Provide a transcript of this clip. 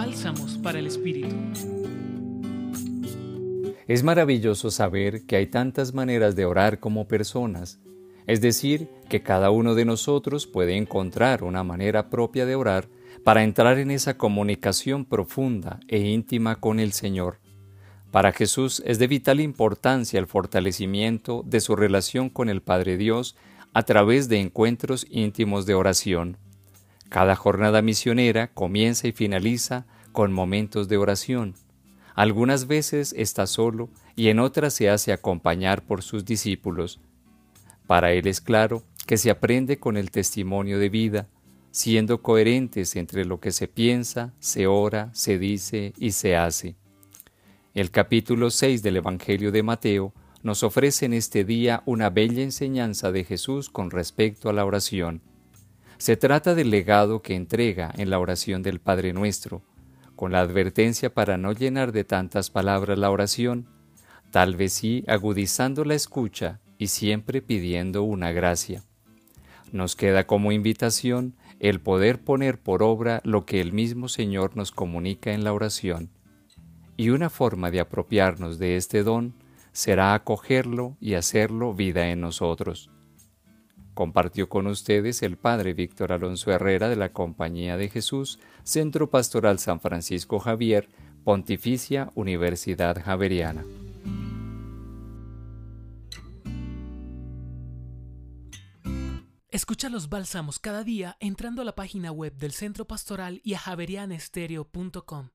Bálsamos para el Espíritu. Es maravilloso saber que hay tantas maneras de orar como personas, es decir, que cada uno de nosotros puede encontrar una manera propia de orar para entrar en esa comunicación profunda e íntima con el Señor. Para Jesús es de vital importancia el fortalecimiento de su relación con el Padre Dios a través de encuentros íntimos de oración. Cada jornada misionera comienza y finaliza con momentos de oración. Algunas veces está solo y en otras se hace acompañar por sus discípulos. Para él es claro que se aprende con el testimonio de vida, siendo coherentes entre lo que se piensa, se ora, se dice y se hace. El capítulo 6 del Evangelio de Mateo nos ofrece en este día una bella enseñanza de Jesús con respecto a la oración. Se trata del legado que entrega en la oración del Padre Nuestro, con la advertencia para no llenar de tantas palabras la oración, tal vez sí agudizando la escucha y siempre pidiendo una gracia. Nos queda como invitación el poder poner por obra lo que el mismo Señor nos comunica en la oración. Y una forma de apropiarnos de este don será acogerlo y hacerlo vida en nosotros. Compartió con ustedes el Padre Víctor Alonso Herrera de la Compañía de Jesús, Centro Pastoral San Francisco Javier, Pontificia Universidad Javeriana. Escucha los bálsamos cada día entrando a la página web del Centro Pastoral y a javerianestereo.com.